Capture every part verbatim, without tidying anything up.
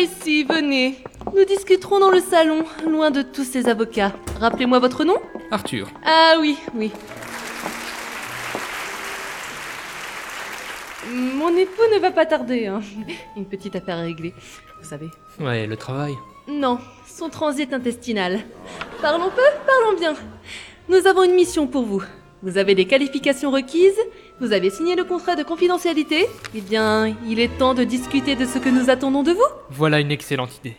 ici, venez. Nous discuterons dans le salon, loin de tous ces avocats. Rappelez-moi votre nom ? Arthur. Ah oui, oui. Mon époux ne va pas tarder, hein. Une petite affaire à régler, vous savez. Ouais, le travail. Non, son transit intestinal. Parlons peu, parlons bien. Nous avons une mission pour vous. Vous avez les qualifications requises, vous avez signé le contrat de confidentialité. Eh bien, il est temps de discuter de ce que nous attendons de vous. Voilà une excellente idée.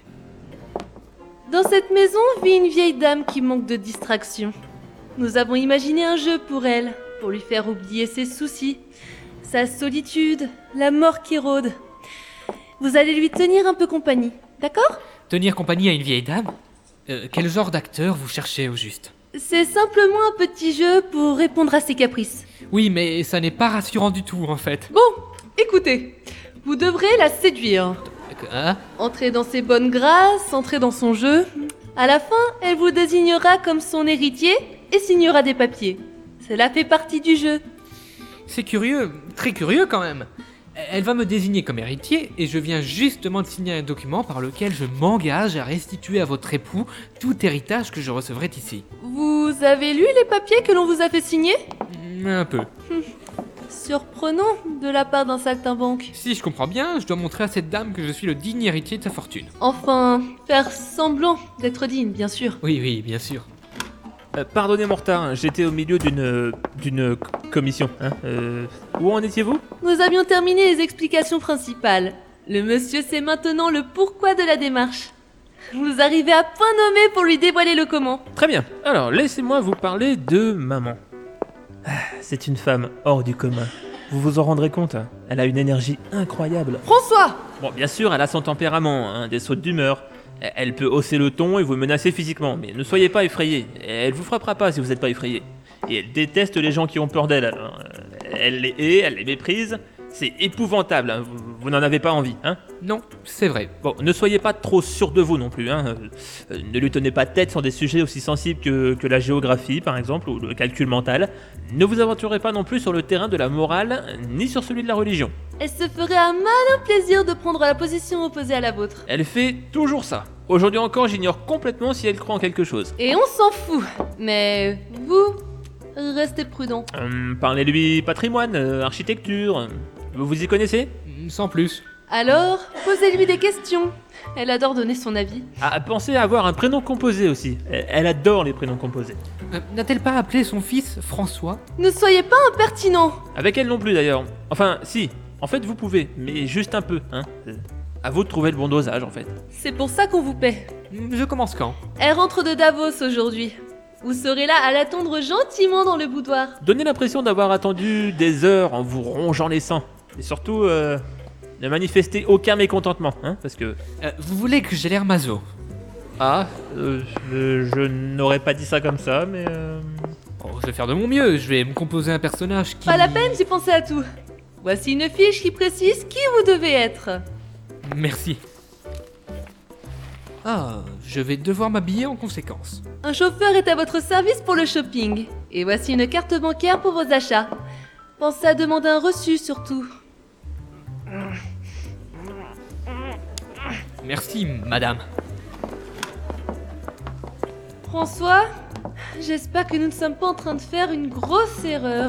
Dans cette maison vit une vieille dame qui manque de distraction. Nous avons imaginé un jeu pour elle, pour lui faire oublier ses soucis, sa solitude, la mort qui rôde. Vous allez lui tenir un peu compagnie, d'accord ? Tenir compagnie à une vieille dame ? euh, Quel genre d'acteur vous cherchez au juste ? C'est simplement un petit jeu pour répondre à ses caprices. Oui, mais ça n'est pas rassurant du tout, en fait. Bon, écoutez, vous devrez la séduire. Hein ? Entrez dans ses bonnes grâces, entrez dans son jeu. À la fin, elle vous désignera comme son héritier et signera des papiers. Cela fait partie du jeu. C'est curieux, très curieux quand même. Elle va me désigner comme héritier et je viens justement de signer un document par lequel je m'engage à restituer à votre époux tout héritage que je recevrai ici. Vous avez lu les papiers que l'on vous a fait signer ? Un peu. Surprenant de la part d'un saltimbanque. Si je comprends bien, je dois montrer à cette dame que je suis le digne héritier de sa fortune. Enfin, faire semblant d'être digne, bien sûr. Oui, oui, bien sûr. Euh, pardonnez mon retard, j'étais au milieu d'une d'une commission. Hein. Euh, où en étiez-vous ? Nous avions terminé les explications principales. Le monsieur sait maintenant le pourquoi de la démarche. Vous arrivez à point nommé pour lui dévoiler le comment. Très bien. Alors, laissez-moi vous parler de maman. Ah, c'est une femme hors du commun. Vous vous en rendrez compte, hein. Elle a une énergie incroyable. François ! Bon, bien sûr, elle a son tempérament, hein, des sautes d'humeur. Elle peut hausser le ton et vous menacer physiquement, mais ne soyez pas effrayés. Elle vous frappera pas si vous n'êtes pas effrayés. Et elle déteste les gens qui ont peur d'elle. Alors, elle les hait, elle les méprise. C'est épouvantable, hein. vous, vous n'en avez pas envie, hein ? Non, c'est vrai. Bon, ne soyez pas trop sûr de vous non plus, hein. Euh, ne lui tenez pas tête sur des sujets aussi sensibles que, que la géographie, par exemple, ou le calcul mental. Ne vous aventurez pas non plus sur le terrain de la morale, ni sur celui de la religion. Elle se ferait un malin plaisir de prendre la position opposée à la vôtre. Elle fait toujours ça. Aujourd'hui encore, j'ignore complètement si elle croit en quelque chose. Et on s'en fout. Mais vous, restez prudent. Hum, Parlez-lui patrimoine, euh, architecture... euh, Vous vous y connaissez ? Sans plus. Alors, posez-lui des questions. Elle adore donner son avis. Ah, pensez à avoir un prénom composé aussi. Elle, elle adore les prénoms composés. Euh, N'a-t-elle pas appelé son fils François ? Ne soyez pas impertinent. Avec elle non plus d'ailleurs. Enfin, si. En fait, vous pouvez, mais juste un peu, hein. Euh, À vous de trouver le bon dosage, en fait. C'est pour ça qu'on vous paie. Je commence quand ? Elle rentre de Davos aujourd'hui. Vous serez là à l'attendre gentiment dans le boudoir. Donnez l'impression d'avoir attendu des heures en vous rongeant les sangs. Et surtout, euh, ne manifestez aucun mécontentement, hein, parce que... Euh, Vous voulez que j'ai l'air maso ? Ah, euh, je, je n'aurais pas dit ça comme ça, mais... Euh... Oh, je vais faire de mon mieux, je vais me composer un personnage qui... Pas la peine, j'ai pensé à tout. Voici une fiche qui précise qui vous devez être. Merci. Ah, je vais devoir m'habiller en conséquence. Un chauffeur est à votre service pour le shopping. Et voici une carte bancaire pour vos achats. Pensez à demander un reçu surtout. Merci, madame. François, j'espère que nous ne sommes pas en train de faire une grosse erreur.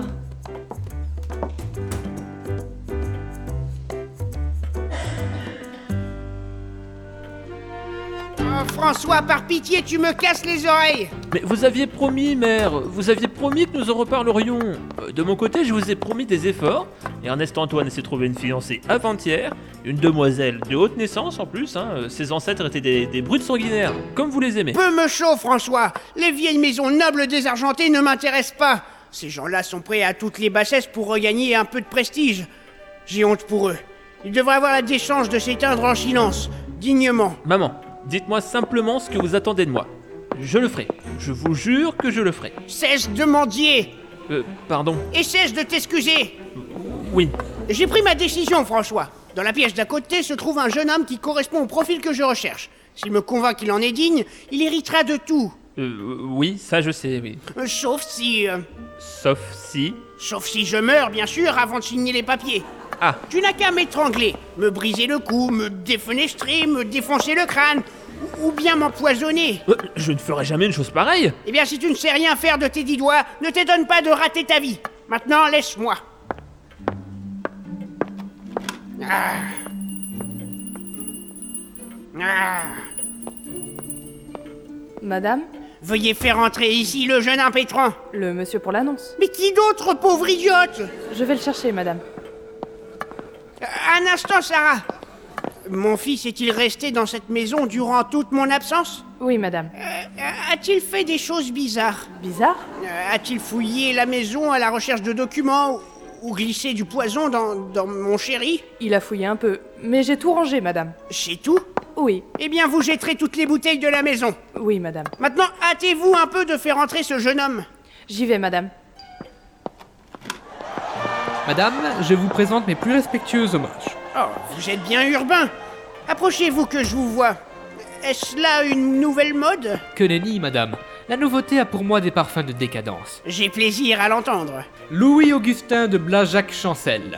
Oh, François, par pitié, tu me casses les oreilles. Mais vous aviez promis, mère, vous aviez promis que nous en reparlerions. Euh, De mon côté, je vous ai promis des efforts. Ernest Antoine s'est trouvé une fiancée avant-hier, une demoiselle de haute naissance en plus, hein. Euh, Ses ancêtres étaient des, des brutes sanguinaires, comme vous les aimez. Peu me chaud, François. Les vieilles maisons nobles désargentées ne m'intéressent pas. Ces gens-là sont prêts à toutes les bassesses pour regagner un peu de prestige. J'ai honte pour eux. Ils devraient avoir la décence de s'éteindre en silence, dignement. Maman, dites-moi simplement ce que vous attendez de moi. Je le ferai. Je vous jure que je le ferai. Cesse de mendier Euh, pardon. et cesse de t'excuser. Oui. J'ai pris ma décision, François. Dans la pièce d'à côté se trouve un jeune homme qui correspond au profil que je recherche. S'il me convainc qu'il en est digne, il héritera de tout. Euh, oui, ça je sais, oui. Euh, Sauf si... euh, Sauf si... Sauf si je meurs, bien sûr, avant de signer les papiers. Ah. Tu n'as qu'à m'étrangler, me briser le cou, me défenestrer, me défoncer le crâne, ou, ou bien m'empoisonner. Euh, Je ne ferai jamais une chose pareille. Eh bien, si tu ne sais rien faire de tes dix doigts, ne t'étonne pas de rater ta vie. Maintenant, laisse-moi. Ah. Ah. Madame, Veuillez faire entrer ici le jeune impétrant. le monsieur pour l'annonce. Mais qui d'autre, pauvre idiote? Je vais le chercher, madame. Un instant, Sarah. Mon fils est-il resté dans cette maison durant toute mon absence? Oui, madame. Euh, A-t-il fait des choses bizarres? Bizarre? Euh, A-t-il fouillé la maison à la recherche de documents ou, ou glissé du poison dans, dans mon chéri? Il a fouillé un peu, mais j'ai tout rangé, madame. C'est tout? Oui, Eh bien, vous jetterez toutes les bouteilles de la maison. oui, madame. Maintenant, hâtez-vous un peu de faire entrer ce jeune homme. J'y vais, madame. Madame, je vous présente mes plus respectueux hommages. Oh, vous êtes bien urbain. Approchez-vous que je vous vois. Est-ce là une nouvelle mode? Que nenni, madame. La nouveauté a pour moi des parfums de décadence. J'ai plaisir à l'entendre. Louis-Augustin de Blajac-Chancel.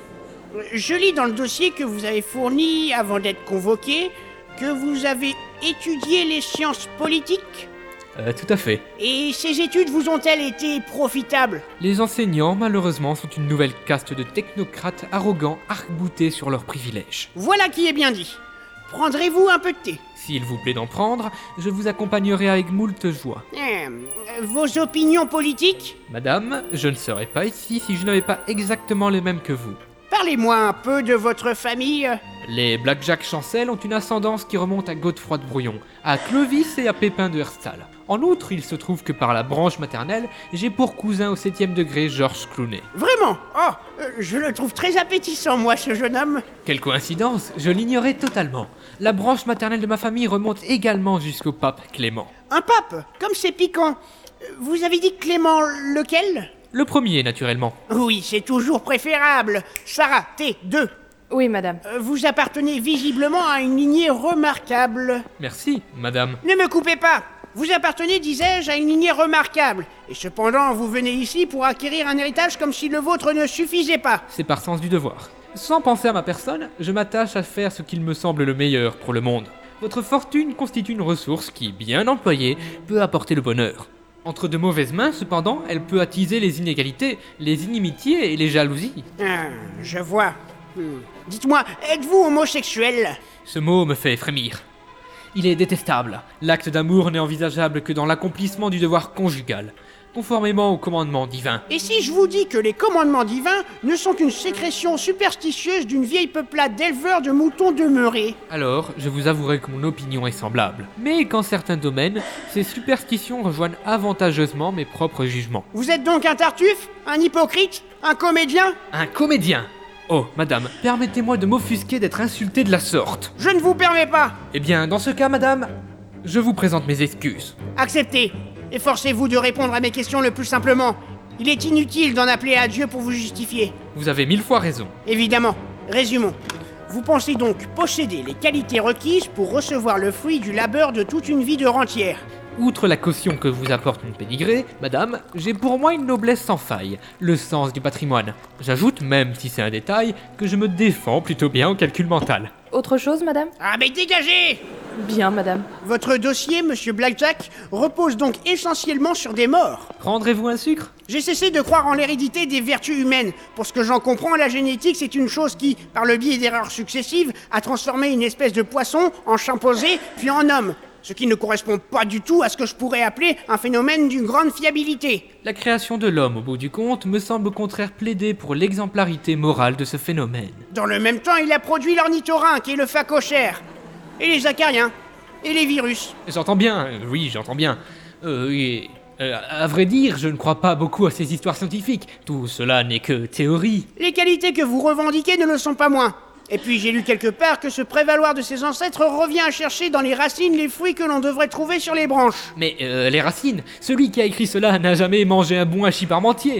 Je lis dans le dossier que vous avez fourni avant d'être convoqué que vous avez étudié les sciences politiques. Euh, tout à fait. Et ces études vous ont-elles été profitables? Les enseignants, malheureusement, sont une nouvelle caste de technocrates arrogants, arc-boutés sur leurs privilèges. Voilà qui est bien dit. Prendrez-vous un peu de thé? S'il vous plaît d'en prendre, je vous accompagnerai avec moult joie. Euh, vos opinions politiques? Madame, je ne serais pas ici si je n'avais pas exactement les mêmes que vous. Parlez-moi un peu de votre famille. Les Blackjack Chancel ont une ascendance qui remonte à Godefroy de Brouillon, à Clovis et à Pépin de Herstal. En outre, il se trouve que par la branche maternelle, j'ai pour cousin au septième degré Georges Clooney. Vraiment? Oh, euh, je le trouve très appétissant, moi, ce jeune homme. Quelle coïncidence, je l'ignorais totalement. La branche maternelle de ma famille remonte également jusqu'au pape Clément. Un pape, comme c'est piquant. Euh, Vous avez dit Clément lequel? Le premier, naturellement. Oui, c'est toujours préférable. Sarah, T deux. Oui, madame. Euh, Vous appartenez visiblement à une lignée remarquable. Merci, madame. Ne me coupez pas. Vous appartenez, disais-je, à une lignée remarquable. Et cependant, vous venez ici pour acquérir un héritage comme si le vôtre ne suffisait pas. C'est par sens du devoir. Sans penser à ma personne, je m'attache à faire ce qu'il me semble le meilleur pour le monde. Votre fortune constitue une ressource qui, bien employée, peut apporter le bonheur. Entre de mauvaises mains, cependant, elle peut attiser les inégalités, les inimitiés et les jalousies. Ah, je vois. Hmm. Dites-moi, êtes-vous homosexuel? Ce mot me fait frémir. Il est détestable. L'acte d'amour n'est envisageable que dans l'accomplissement du devoir conjugal, conformément au commandement divin. Et si je vous dis que les commandements divins ne sont qu'une sécrétion superstitieuse d'une vieille peuplade d'éleveurs de moutons demeurés? Alors, je vous avouerai que mon opinion est semblable. Mais qu'en certains domaines, ces superstitions rejoignent avantageusement mes propres jugements. Vous êtes donc un tartuffe? Un hypocrite? Un comédien? Un comédien! Oh, madame, permettez-moi de m'offusquer d'être insulté de la sorte. Je ne vous permets pas. Eh bien, dans ce cas, madame, je vous présente mes excuses. Acceptez. Efforcez-vous de répondre à mes questions le plus simplement. Il est inutile d'en appeler à Dieu pour vous justifier. Vous avez mille fois raison. Évidemment. Résumons. Vous pensez donc posséder les qualités requises pour recevoir le fruit du labeur de toute une vie de rentière. Outre la caution que vous apporte mon pédigré, madame, j'ai pour moi une noblesse sans faille, le sens du patrimoine. J'ajoute, même si c'est un détail, que je me défends plutôt bien au calcul mental. Autre chose, madame? Ah mais dégagez! Bien, madame. Votre dossier, monsieur Blackjack, repose donc essentiellement sur des morts. Prendrez-vous un sucre? J'ai cessé de croire en l'hérédité des vertus humaines. Pour ce que j'en comprends, la génétique, c'est une chose qui, par le biais d'erreurs successives, a transformé une espèce de poisson en chimpanzé, puis en homme. Ce qui ne correspond pas du tout à ce que je pourrais appeler un phénomène d'une grande fiabilité. La création de l'homme, au bout du compte, me semble au contraire plaider pour l'exemplarité morale de ce phénomène. Dans le même temps, il a produit l'ornithorynque et le phacochère, et les acariens, et les virus. J'entends bien, euh, oui, j'entends bien. Euh, et, euh, à vrai dire, je ne crois pas beaucoup à ces histoires scientifiques. Tout cela n'est que théorie. Les qualités que vous revendiquez ne le sont pas moins. Et puis j'ai lu quelque part que se prévaloir de ses ancêtres revient à chercher dans les racines les fruits que l'on devrait trouver sur les branches. Mais euh, les racines, celui qui a écrit cela n'a jamais mangé un bon hachis parmentier.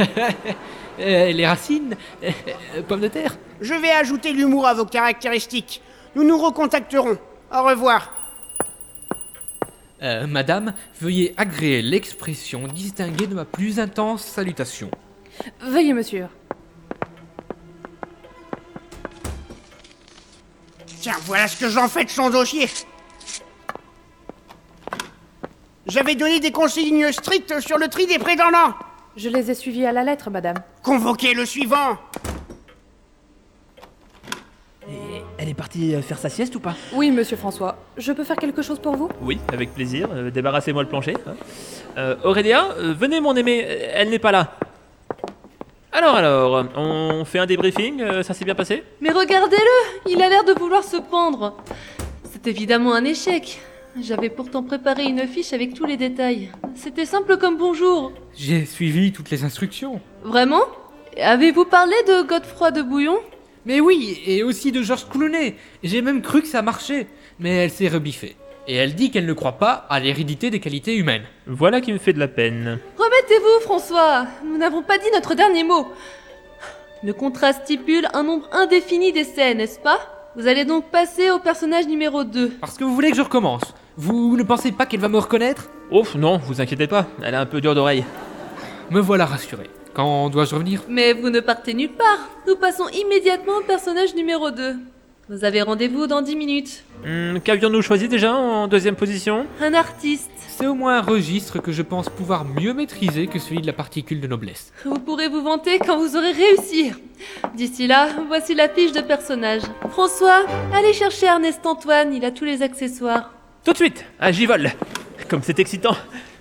Euh, les racines, euh, euh, pommes de terre. Je vais ajouter l'humour à vos caractéristiques. Nous nous recontacterons. Au revoir. Euh, madame, veuillez agréer l'expression distinguée de ma plus intense salutation. Veuillez, monsieur. Tiens, voilà ce que j'en fais de son dossier. J'avais donné des consignes strictes sur le tri des prétendants. Je les ai suivis à la lettre, madame. Convoquez le suivant. Et elle est partie euh, faire sa sieste ou pas? Oui, monsieur François. Je peux faire quelque chose pour vous? Oui, avec plaisir. Euh, débarrassez-moi le plancher. hein. Euh, Aurélia, euh, venez mon aimé, euh, elle n'est pas là. Alors alors, on fait un débriefing, euh, ça s'est bien passé? Mais regardez-le, il a l'air de vouloir se pendre. C'est évidemment un échec. J'avais pourtant préparé une fiche avec tous les détails. C'était simple comme bonjour. J'ai suivi toutes les instructions. Vraiment? Avez-vous parlé de Godefroy de Bouillon? Mais oui, et aussi de Georges Clooney. J'ai même cru que ça marchait. Mais elle s'est rebiffée. Et elle dit qu'elle ne croit pas à l'hérédité des qualités humaines. Voilà qui me fait de la peine. Remettez-vous, François. Nous n'avons pas dit notre dernier mot. Le contrat stipule un nombre indéfini d'essais, n'est-ce pas? Vous allez donc passer au personnage numéro deux. Parce que vous voulez que je recommence. Vous ne pensez pas qu'elle va me reconnaître? Ouf, non, vous inquiétez pas, elle est un peu dure d'oreille. Me voilà rassuré. Quand dois-je revenir? Mais vous ne partez nulle part. Nous passons immédiatement au personnage numéro deux. Vous avez rendez-vous dans dix minutes. Hmm, Qu'avions-nous choisi déjà en deuxième position? Un artiste. C'est au moins un registre que je pense pouvoir mieux maîtriser que celui de la particule de noblesse. Vous pourrez vous vanter quand vous aurez réussi. D'ici là, voici la fiche de personnage. François, allez chercher Ernest Antoine, il a tous les accessoires. Tout de suite, ah, j'y vole. Comme c'est excitant.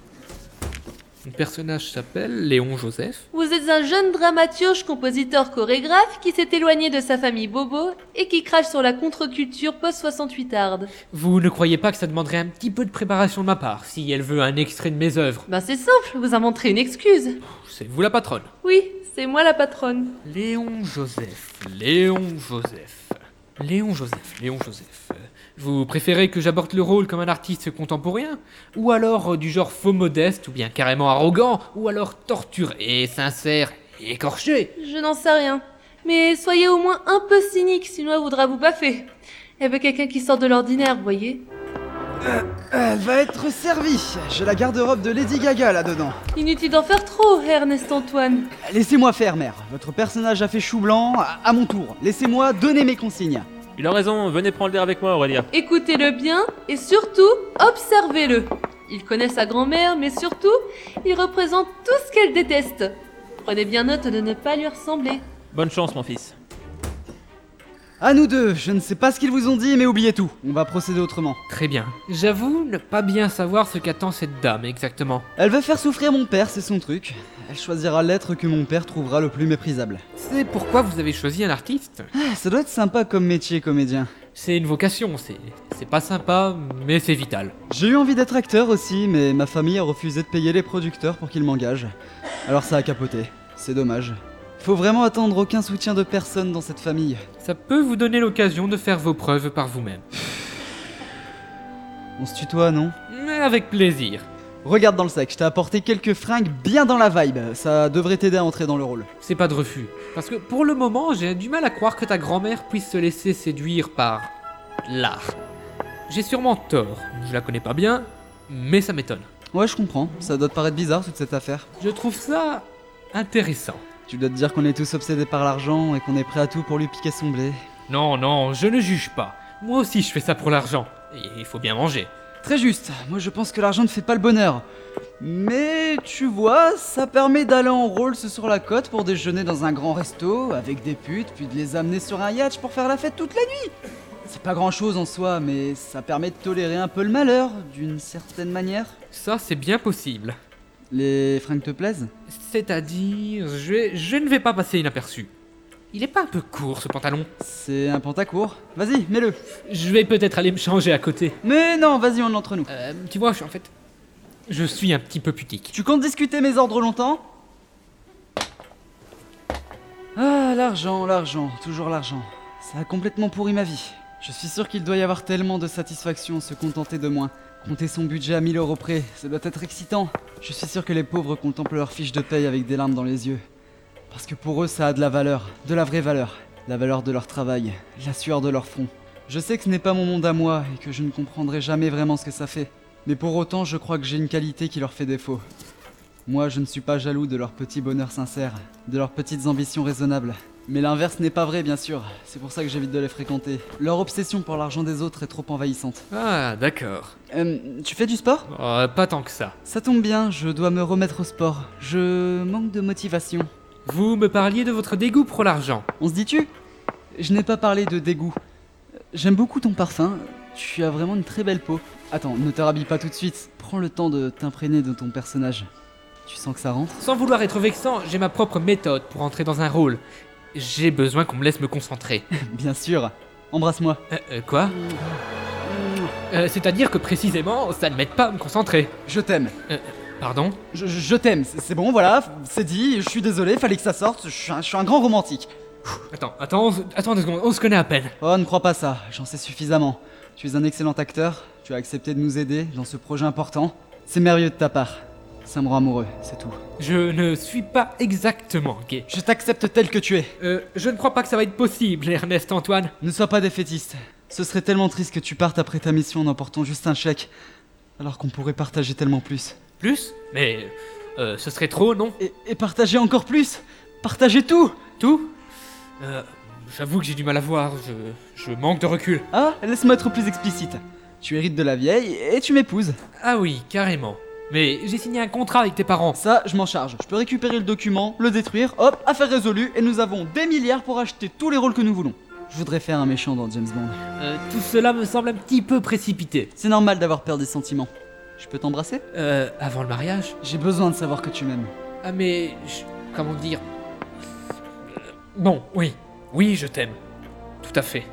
Mon personnage s'appelle Léon Joseph. Vous êtes un jeune dramaturge, compositeur, chorégraphe qui s'est éloigné de sa famille Bobo et qui crache sur la contre-culture post-soixante-huit arde. Vous ne croyez pas que ça demanderait un petit peu de préparation de ma part si elle veut un extrait de mes œuvres? Ben c'est simple, vous inventerez une excuse. C'est vous la patronne. Oui, c'est moi la patronne. Léon Joseph, Léon Joseph, Léon Joseph, Léon Joseph. Vous préférez que j'aborde le rôle comme un artiste contemporain? Ou alors euh, du genre faux modeste, ou bien carrément arrogant? Ou alors torturé, sincère et écorché? Je n'en sais rien. Mais soyez au moins un peu cynique, sinon elle voudra vous baffer. Elle veut quelqu'un qui sort de l'ordinaire, vous voyez. Elle va être servie. J'ai la garde-robe de Lady Gaga là-dedans. Inutile d'en faire trop, Ernest Antoine. Laissez-moi faire, mère. Votre personnage a fait chou blanc. À, à mon tour. Laissez-moi donner mes consignes. Il a raison, venez prendre l'air avec moi Aurélia. Écoutez-le bien et surtout, observez-le. Il connaît sa grand-mère, mais surtout, il représente tout ce qu'elle déteste. Prenez bien note de ne pas lui ressembler. Bonne chance mon fils. À nous deux. Je ne sais pas ce qu'ils vous ont dit, mais oubliez tout. On va procéder autrement. Très bien. J'avoue ne pas bien savoir ce qu'attend cette dame exactement. Elle veut faire souffrir mon père, c'est son truc. Elle choisira l'être que mon père trouvera le plus méprisable. C'est pourquoi vous avez choisi un artiste? Ah, ça doit être sympa comme métier, comédien. C'est une vocation, c'est c'est pas sympa, mais c'est vital. J'ai eu envie d'être acteur aussi, mais ma famille a refusé de payer les producteurs pour qu'ils m'engagent. Alors ça a capoté. C'est dommage. Faut vraiment attendre aucun soutien de personne dans cette famille. Ça peut vous donner l'occasion de faire vos preuves par vous-même. On se tutoie, non? Mais avec plaisir. Regarde dans le sac, je t'ai apporté quelques fringues bien dans la vibe. Ça devrait t'aider à entrer dans le rôle. C'est pas de refus. Parce que pour le moment, j'ai du mal à croire que ta grand-mère puisse se laisser séduire par l'art. J'ai sûrement tort. Je la connais pas bien, mais ça m'étonne. Ouais, je comprends. Ça doit te paraître bizarre toute cette affaire. Je trouve ça intéressant. Tu dois te dire qu'on est tous obsédés par l'argent et qu'on est prêt à tout pour lui piquer son blé. Non, non, je ne juge pas. Moi aussi, je fais ça pour l'argent. Et il faut bien manger. Très juste. Moi, je pense que l'argent ne fait pas le bonheur. Mais tu vois, ça permet d'aller en Rolls sur la côte pour déjeuner dans un grand resto avec des putes, puis de les amener sur un yacht pour faire la fête toute la nuit. C'est pas grand chose en soi, mais ça permet de tolérer un peu le malheur, d'une certaine manière. Ça, c'est bien possible. Les fringues te plaisent? C'est-à-dire, je, vais- je ne vais pas passer inaperçu. Il est pas un peu court, ce pantalon? C'est un pantacourt. Vas-y, mets-le. Je vais peut-être aller me changer à côté. Mais non, vas-y, on est entre nous. Euh, tu vois, je suis en fait... Je suis un petit peu pudique. Tu comptes discuter mes ordres longtemps? Ah, l'argent, l'argent, toujours l'argent. Ça a complètement pourri ma vie. Je suis sûr qu'il doit y avoir tellement de satisfaction à se contenter de moins. Compter son budget à mille euros près, ça doit être excitant. Je suis sûr que les pauvres contemplent leur fiche de paye avec des larmes dans les yeux. Parce que pour eux, ça a de la valeur, de la vraie valeur. La valeur de leur travail, la sueur de leur front. Je sais que ce n'est pas mon monde à moi et que je ne comprendrai jamais vraiment ce que ça fait. Mais pour autant, je crois que j'ai une qualité qui leur fait défaut. Moi, je ne suis pas jaloux de leur petit bonheur sincère, de leurs petites ambitions raisonnables. Mais l'inverse n'est pas vrai, bien sûr. C'est pour ça que j'évite de les fréquenter. Leur obsession pour l'argent des autres est trop envahissante. Ah, d'accord. Euh, tu fais du sport ? Euh, pas tant que ça. Ça tombe bien, je dois me remettre au sport. Je manque de motivation. Vous me parliez de votre dégoût pour l'argent. On se dit-tu ? Je n'ai pas parlé de dégoût. J'aime beaucoup ton parfum. Tu as vraiment une très belle peau. Attends, ne te rhabille pas tout de suite. Prends le temps de t'imprégner de ton personnage. Tu sens que ça rentre ? Sans vouloir être vexant, j'ai ma propre méthode pour entrer dans un rôle. J'ai besoin qu'on me laisse me concentrer. Bien sûr. Embrasse-moi. Euh, euh, quoi euh, C'est-à-dire que précisément, ça ne m'aide pas à me concentrer. Je t'aime. Euh, pardon Je, je- je t'aime. C'est c'est bon, voilà. C'est dit. Je suis désolé, fallait que ça sorte. Je suis un, je suis un grand romantique. Attends, attends, on se- attends deux secondes, on se connaît à peine. Oh, ne crois pas ça. J'en sais suffisamment. Tu es un excellent acteur. Tu as accepté de nous aider dans ce projet important. C'est merveilleux de ta part. Ça me rend amoureux, c'est tout. Je ne suis pas exactement gay. Je t'accepte tel que tu es. Euh, je ne crois pas que ça va être possible, Ernest Antoine. Ne sois pas défaitiste. Ce serait tellement triste que tu partes après ta mission en emportant juste un chèque. Alors qu'on pourrait partager tellement plus. Plus Mais euh, ce serait trop, non? Et, et partager encore plus. Partager tout. Tout euh, J'avoue que j'ai du mal à voir, je, je manque de recul. Ah, laisse-moi être plus explicite. Tu hérites de la vieille et tu m'épouses. Ah oui, carrément. Mais j'ai signé un contrat avec tes parents. Ça, je m'en charge. Je peux récupérer le document, le détruire, hop, affaire résolue, et nous avons des milliards pour acheter tous les rôles que nous voulons. Je voudrais faire un méchant dans James Bond. Euh, tout cela me semble un petit peu précipité. C'est normal d'avoir peur des sentiments. Je peux t'embrasser ? Euh, avant le mariage? J'ai besoin de savoir que tu m'aimes. Ah mais... je- comment dire... Euh, Bon, oui. Oui, je t'aime. Tout à fait.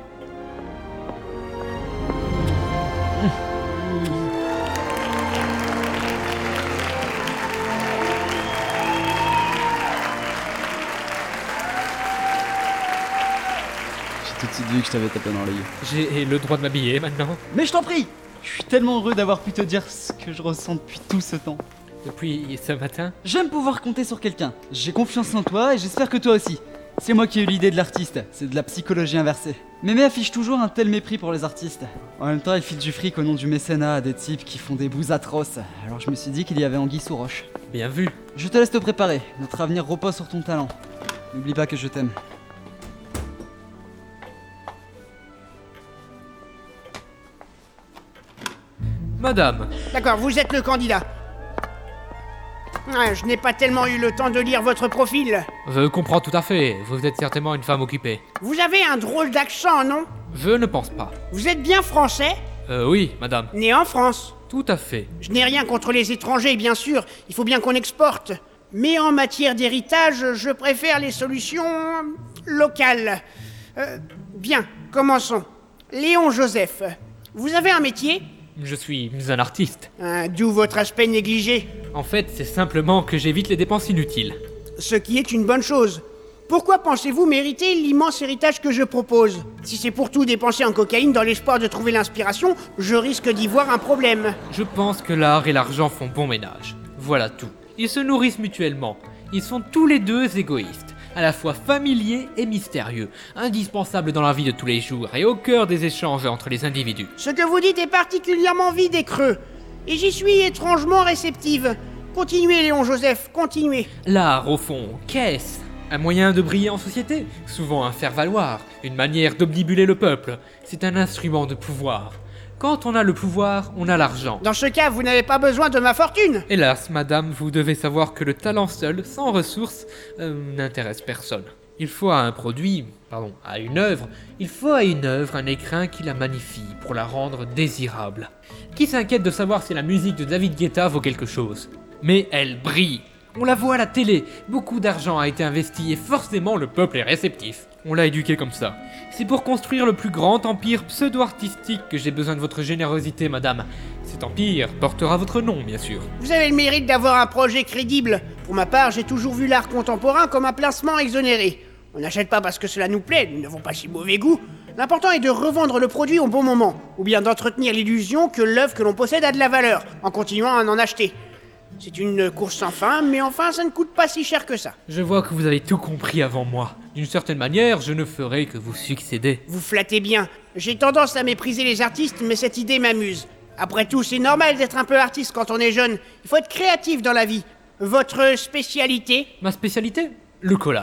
J'ai tout de suite vu que je t'avais tapé dans l'œil. J'ai le droit de m'habiller maintenant. Mais je t'en prie! Je suis tellement heureux d'avoir pu te dire ce que je ressens depuis tout ce temps. Depuis ce matin. J'aime pouvoir compter sur quelqu'un. J'ai confiance en toi et j'espère que toi aussi. C'est moi qui ai eu l'idée de l'artiste, c'est de la psychologie inversée. Mémé affiche toujours un tel mépris pour les artistes. En même temps, elle file du fric au nom du mécénat à des types qui font des bouses atroces. Alors je me suis dit qu'il y avait anguille sous roche. Bien vu. Je te laisse te préparer, notre avenir repose sur ton talent. N'oublie pas que je t'aime. Madame. D'accord, vous êtes le candidat. Ah, je n'ai pas tellement eu le temps de lire votre profil. Je comprends tout à fait. Vous êtes certainement une femme occupée. Vous avez un drôle d'accent, non? Je ne pense pas. Vous êtes bien français? Euh, oui, madame. Né en France. Tout à fait. Je n'ai rien contre les étrangers, bien sûr. Il faut bien qu'on exporte. Mais en matière d'héritage, je préfère les solutions locales. Euh, bien, commençons. Léon Joseph, vous avez un métier? Je suis un artiste. Euh, D'où votre aspect négligé. En fait, c'est simplement que j'évite les dépenses inutiles. Ce qui est une bonne chose. Pourquoi pensez-vous mériter l'immense héritage que je propose? Si c'est pour tout dépenser en cocaïne dans l'espoir de trouver l'inspiration, je risque d'y voir un problème. Je pense que l'art et l'argent font bon ménage. Voilà tout. Ils se nourrissent mutuellement. Ils sont tous les deux égoïstes, à la fois familiers et mystérieux, indispensables dans la vie de tous les jours et au cœur des échanges entre les individus. Ce que vous dites est particulièrement vide et creux. Et j'y suis étrangement réceptive. Continuez, Léon Joseph, continuez. L'art, au fond, qu'est-ce? Un moyen de briller en société, souvent un faire-valoir, une manière d'obnubiler le peuple. C'est un instrument de pouvoir. Quand on a le pouvoir, on a l'argent. Dans ce cas, vous n'avez pas besoin de ma fortune. Hélas, madame, vous devez savoir que le talent seul, sans ressources, euh, n'intéresse personne. Il faut à un produit, pardon, à une œuvre, il faut à une œuvre un écrin qui la magnifie pour la rendre désirable. Qui s'inquiète de savoir si la musique de David Guetta vaut quelque chose? Mais elle brille. On la voit à la télé, beaucoup d'argent a été investi et forcément le peuple est réceptif. On l'a éduqué comme ça. C'est pour construire le plus grand empire pseudo-artistique que j'ai besoin de votre générosité, madame. Cet empire portera votre nom, bien sûr. Vous avez le mérite d'avoir un projet crédible. Pour ma part, j'ai toujours vu l'art contemporain comme un placement exonéré. On n'achète pas parce que cela nous plaît, nous n'avons pas si mauvais goût. L'important est de revendre le produit au bon moment, ou bien d'entretenir l'illusion que l'œuvre que l'on possède a de la valeur, en continuant à en acheter. C'est une course sans fin, mais enfin ça ne coûte pas si cher que ça. Je vois que vous avez tout compris avant moi. D'une certaine manière, je ne ferai que vous succéder. Vous flattez bien. J'ai tendance à mépriser les artistes, mais cette idée m'amuse. Après tout, c'est normal d'être un peu artiste quand on est jeune. Il faut être créatif dans la vie. Votre spécialité? Ma spécialité? Le collage.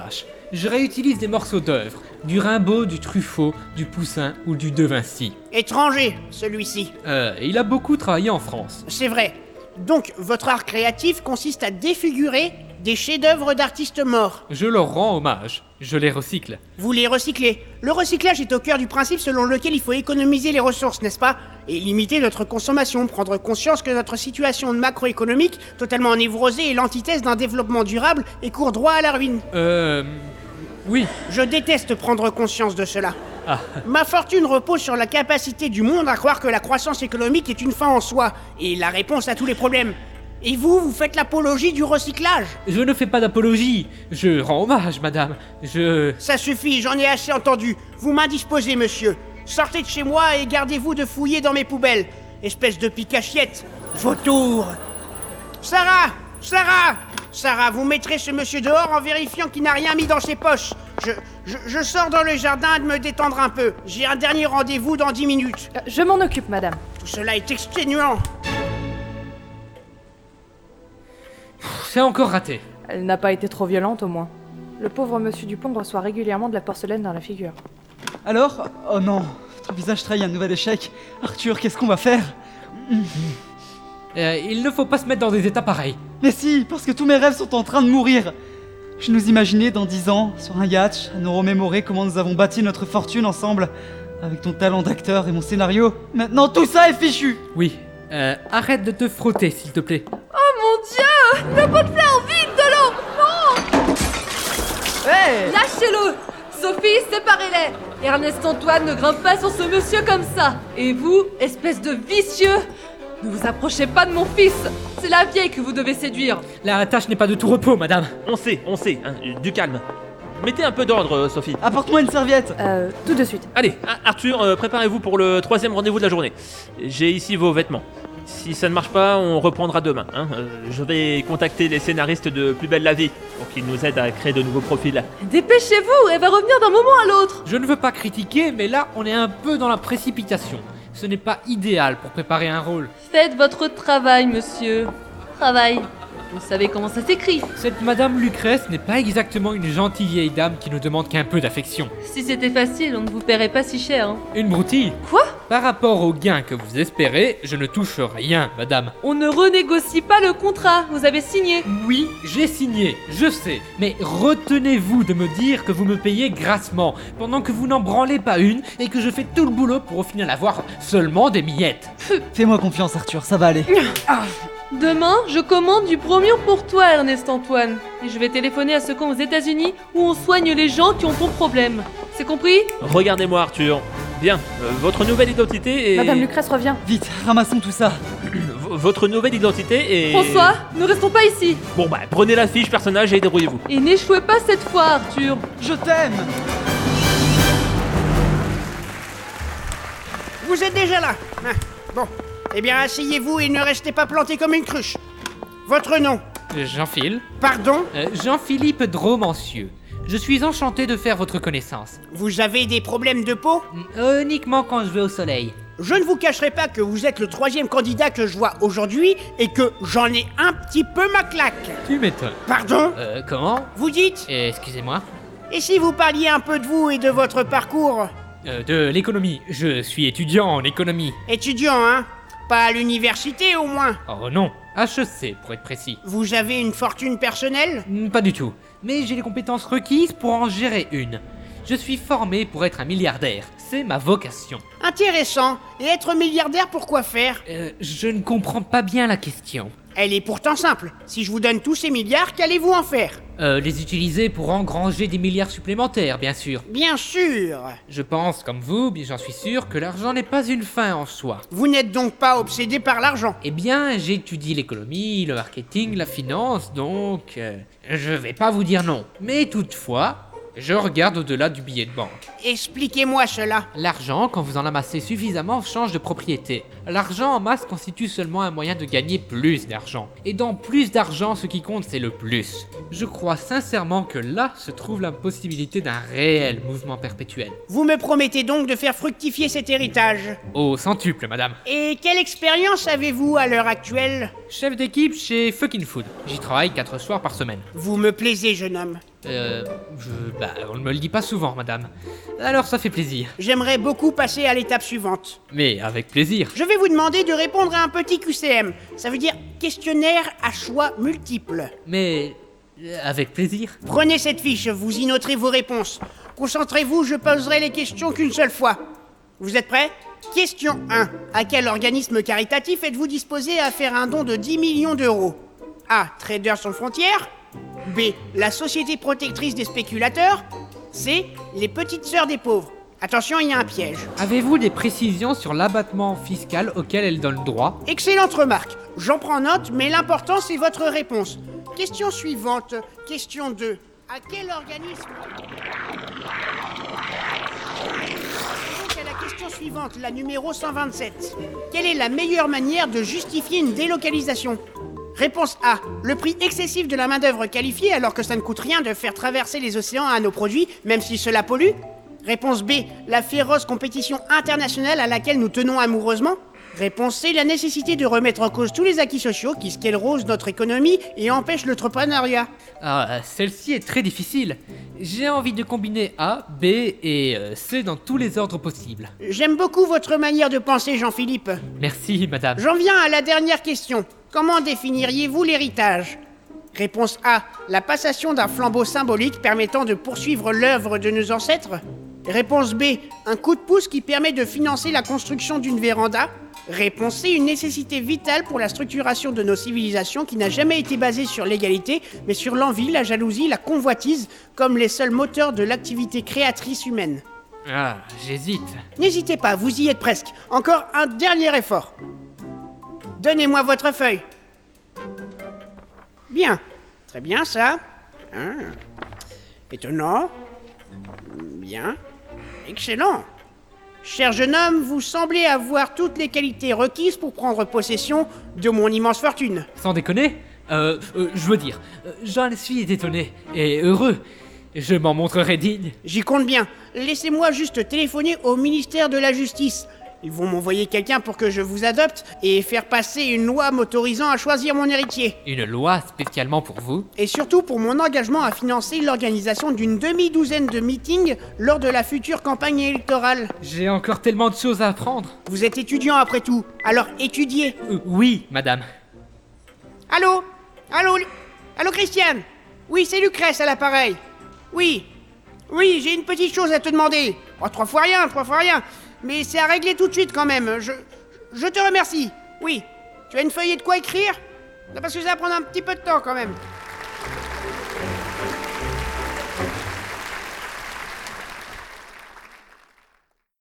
Je réutilise des morceaux d'œuvre, du Rimbaud, du Truffaut, du Poussin ou du De Vinci. Étranger, celui-ci. Euh, il a beaucoup travaillé en France. C'est vrai. Donc, votre art créatif consiste à défigurer des chefs-d'œuvre d'artistes morts. Je leur rends hommage, je les recycle. Vous les recyclez. Le recyclage est au cœur du principe selon lequel il faut économiser les ressources, n'est-ce pas? Et limiter notre consommation, prendre conscience que notre situation macroéconomique, totalement névrosée, est l'antithèse d'un développement durable et court droit à la ruine. Euh... Oui. Je déteste prendre conscience de cela. Ah. Ma fortune repose sur la capacité du monde à croire que la croissance économique est une fin en soi, et la réponse à tous les problèmes. Et vous, vous faites l'apologie du recyclage? Je ne fais pas d'apologie, je rends hommage, madame. Je... Ça suffit, j'en ai assez entendu. Vous m'indisposez, monsieur. Sortez de chez moi et gardez-vous de fouiller dans mes poubelles. Espèce de pique-assiette. Vautour. Sarah! Sarah! Sarah, vous mettrez ce monsieur dehors en vérifiant qu'il n'a rien mis dans ses poches. Je, je, je sors dans le jardin de me détendre un peu. J'ai un dernier rendez-vous dans dix minutes. Euh, Je m'en occupe, madame. Tout cela est exténuant. C'est encore raté. Elle n'a pas été trop violente, au moins. Le pauvre monsieur Dupont reçoit régulièrement de la porcelaine dans la figure. Alors? Oh non, ton visage trahit un nouvel échec. Arthur, qu'est-ce qu'on va faire? Euh, il ne faut pas se mettre dans des états pareils. Mais si, parce que tous mes rêves sont en train de mourir. Je nous imaginais dans dix ans, sur un yacht, à nous remémorer comment nous avons bâti notre fortune ensemble, avec ton talent d'acteur et mon scénario. Maintenant, tout ça est fichu. Oui. Euh, arrête de te frotter, s'il te plaît. Mon Dieu! Le pot de fleurs, vite de l'eau! Non! Hey! Lâchez-le! Sophie, séparez-les! Ernest Antoine ne grimpe pas sur ce monsieur comme ça! Et vous, espèce de vicieux! Ne vous approchez pas de mon fils! C'est la vieille que vous devez séduire! La tâche n'est pas de tout repos, madame. On sait, on sait, hein, du calme. Mettez un peu d'ordre, euh, Sophie. Apporte-moi une serviette. Euh, tout de suite. Allez, Ar- Arthur, euh, préparez-vous pour le troisième rendez-vous de la journée. J'ai ici vos vêtements. Si ça ne marche pas, on reprendra demain. Hein. Euh, je vais contacter les scénaristes de Plus belle la vie pour qu'ils nous aident à créer de nouveaux profils. Dépêchez-vous! Elle va revenir d'un moment à l'autre! Je ne veux pas critiquer, mais là, on est un peu dans la précipitation. Ce n'est pas idéal pour préparer un rôle. Faites votre travail, monsieur. Travail. Vous savez comment ça s'écrit. Cette Madame Lucrèce n'est pas exactement une gentille vieille dame qui ne demande qu'un peu d'affection. Si c'était facile, on ne vous paierait pas si cher. Hein. Une broutille. Quoi? Par rapport au gain que vous espérez, je ne touche rien, madame. On ne renégocie pas le contrat, vous avez signé. Oui, j'ai signé, je sais, mais retenez-vous de me dire que vous me payez grassement, pendant que vous n'en branlez pas une et que je fais tout le boulot pour au final avoir seulement des miettes. Fais-moi confiance, Arthur, ça va aller. Demain, je commande du bromure pour toi, Ernest Antoine. Et je vais téléphoner à ce camp aux États-Unis où on soigne les gens qui ont ton problème. C'est compris? Regardez-moi, Arthur. Bien, euh, votre nouvelle identité est... Madame Lucrèce revient. Vite, ramassons tout ça. V- votre nouvelle identité est... François, ne restons pas ici. Bon bah, prenez la fiche personnage et débrouillez-vous. Et n'échouez pas cette fois, Arthur. Je t'aime. Vous êtes déjà là. Ah, bon. Eh bien, asseyez-vous et ne restez pas planté comme une cruche. Votre nom? Jean-Phil. Pardon? Euh, Jean-Philippe Dromancieux. Je suis enchanté de faire votre connaissance. Vous avez des problèmes de peau? Euh, uniquement quand je vais au soleil. Je ne vous cacherai pas que vous êtes le troisième candidat que je vois aujourd'hui et que j'en ai un petit peu ma claque. Tu m'étonnes. Pardon? Euh, comment? Vous dites? Euh, Excusez-moi. Et si vous parliez un peu de vous et de votre parcours? Euh, de l'économie. Je suis étudiant en économie. Étudiant, hein? Pas à l'université au moins. Oh non, H E C pour être précis. Vous avez une fortune personnelle? Hmm, Pas du tout. Mais j'ai les compétences requises pour en gérer une. Je suis formé pour être un milliardaire. C'est ma vocation. Intéressant. Et être milliardaire, pour quoi faire? Euh, je ne comprends pas bien la question. Elle est pourtant simple. Si je vous donne tous ces milliards, qu'allez-vous en faire? Euh, les utiliser pour engranger des milliards supplémentaires, bien sûr. Bien sûr. Je pense, comme vous, mais j'en suis sûr, que l'argent n'est pas une fin en soi. Vous n'êtes donc pas obsédé par l'argent? Eh bien, j'étudie l'économie, le marketing, la finance, donc... euh, je vais pas vous dire non. Mais toutefois, je regarde au-delà du billet de banque. Expliquez-moi cela. L'argent, quand vous en amassez suffisamment, change de propriété. L'argent en masse constitue seulement un moyen de gagner plus d'argent. Et dans plus d'argent, ce qui compte, c'est le plus. Je crois sincèrement que là se trouve la possibilité d'un réel mouvement perpétuel. Vous me promettez donc de faire fructifier cet héritage. Au centuple, madame. Et quelle expérience avez-vous à l'heure actuelle? Chef d'équipe chez Fucking Food. J'y travaille quatre soirs par semaine. Vous me plaisez, jeune homme. Euh... Je... Bah, on ne me le dit pas souvent, madame. Alors ça fait plaisir. J'aimerais beaucoup passer à l'étape suivante. Mais avec plaisir. Je vais vous demander de répondre à un petit Q C M. Ça veut dire questionnaire à choix multiples. Mais... euh, avec plaisir. Prenez cette fiche, vous y noterez vos réponses. Concentrez-vous, je poserai les questions qu'une seule fois. Vous êtes prêts ? Question un. À quel organisme caritatif êtes-vous disposé à faire un don de dix millions d'euros ? A. Traders sans frontières. B. La Société protectrice des spéculateurs. C. Les petites sœurs des pauvres. Attention, il y a un piège. Avez-vous des précisions sur l'abattement fiscal auquel elle donne droit ? Excellente remarque. J'en prends note, mais l'important c'est votre réponse. Question suivante. Question deux. À quel organisme... Donc à la question suivante, la numéro cent vingt-sept. Quelle est la meilleure manière de justifier une délocalisation ? Réponse A. Le prix excessif de la main-d'œuvre qualifiée alors que ça ne coûte rien de faire traverser les océans à nos produits, même si cela pollue. Réponse B. La féroce compétition internationale à laquelle nous tenons amoureusement. Réponse C. La nécessité de remettre en cause tous les acquis sociaux qui sclérosent notre économie et empêchent l'entrepreneuriat. Ah, celle-ci est très difficile. J'ai envie de combiner A, B et euh, C dans tous les ordres possibles. J'aime beaucoup votre manière de penser, Jean-Philippe. Merci, madame. J'en viens à la dernière question. Comment définiriez-vous l'héritage ? Réponse A. La passation d'un flambeau symbolique permettant de poursuivre l'œuvre de nos ancêtres. Réponse B. Un coup de pouce qui permet de financer la construction d'une véranda. Réponse C. Une nécessité vitale pour la structuration de nos civilisations qui n'a jamais été basée sur l'égalité, mais sur l'envie, la jalousie, la convoitise, comme les seuls moteurs de l'activité créatrice humaine. Ah, j'hésite. N'hésitez pas, vous y êtes presque. Encore un dernier effort. Donnez-moi votre feuille. Bien. Très bien, ça. Hein. Étonnant. Bien. Excellent. Cher jeune homme, vous semblez avoir toutes les qualités requises pour prendre possession de mon immense fortune. Sans déconner, euh, euh, je veux dire, euh, j'en suis étonné et heureux. Je m'en montrerai digne. J'y compte bien. Laissez-moi juste téléphoner au ministère de la Justice. Ils vont m'envoyer quelqu'un pour que je vous adopte et faire passer une loi m'autorisant à choisir mon héritier. Une loi spécialement pour vous. Et surtout pour mon engagement à financer l'organisation d'une demi-douzaine de meetings lors de la future campagne électorale. J'ai encore tellement de choses à apprendre. Vous êtes étudiant après tout, alors étudiez. Euh, oui, madame. Allô ? Allô Lu- Allô Christiane ? Oui, c'est Lucrèce à l'appareil. Oui. Oui, j'ai une petite chose à te demander. Oh, trois fois rien, trois fois rien. Mais c'est à régler tout de suite quand même. Je, je te remercie. Oui. Tu as une feuille et de quoi écrire ? Non, parce que ça va prendre un petit peu de temps quand même.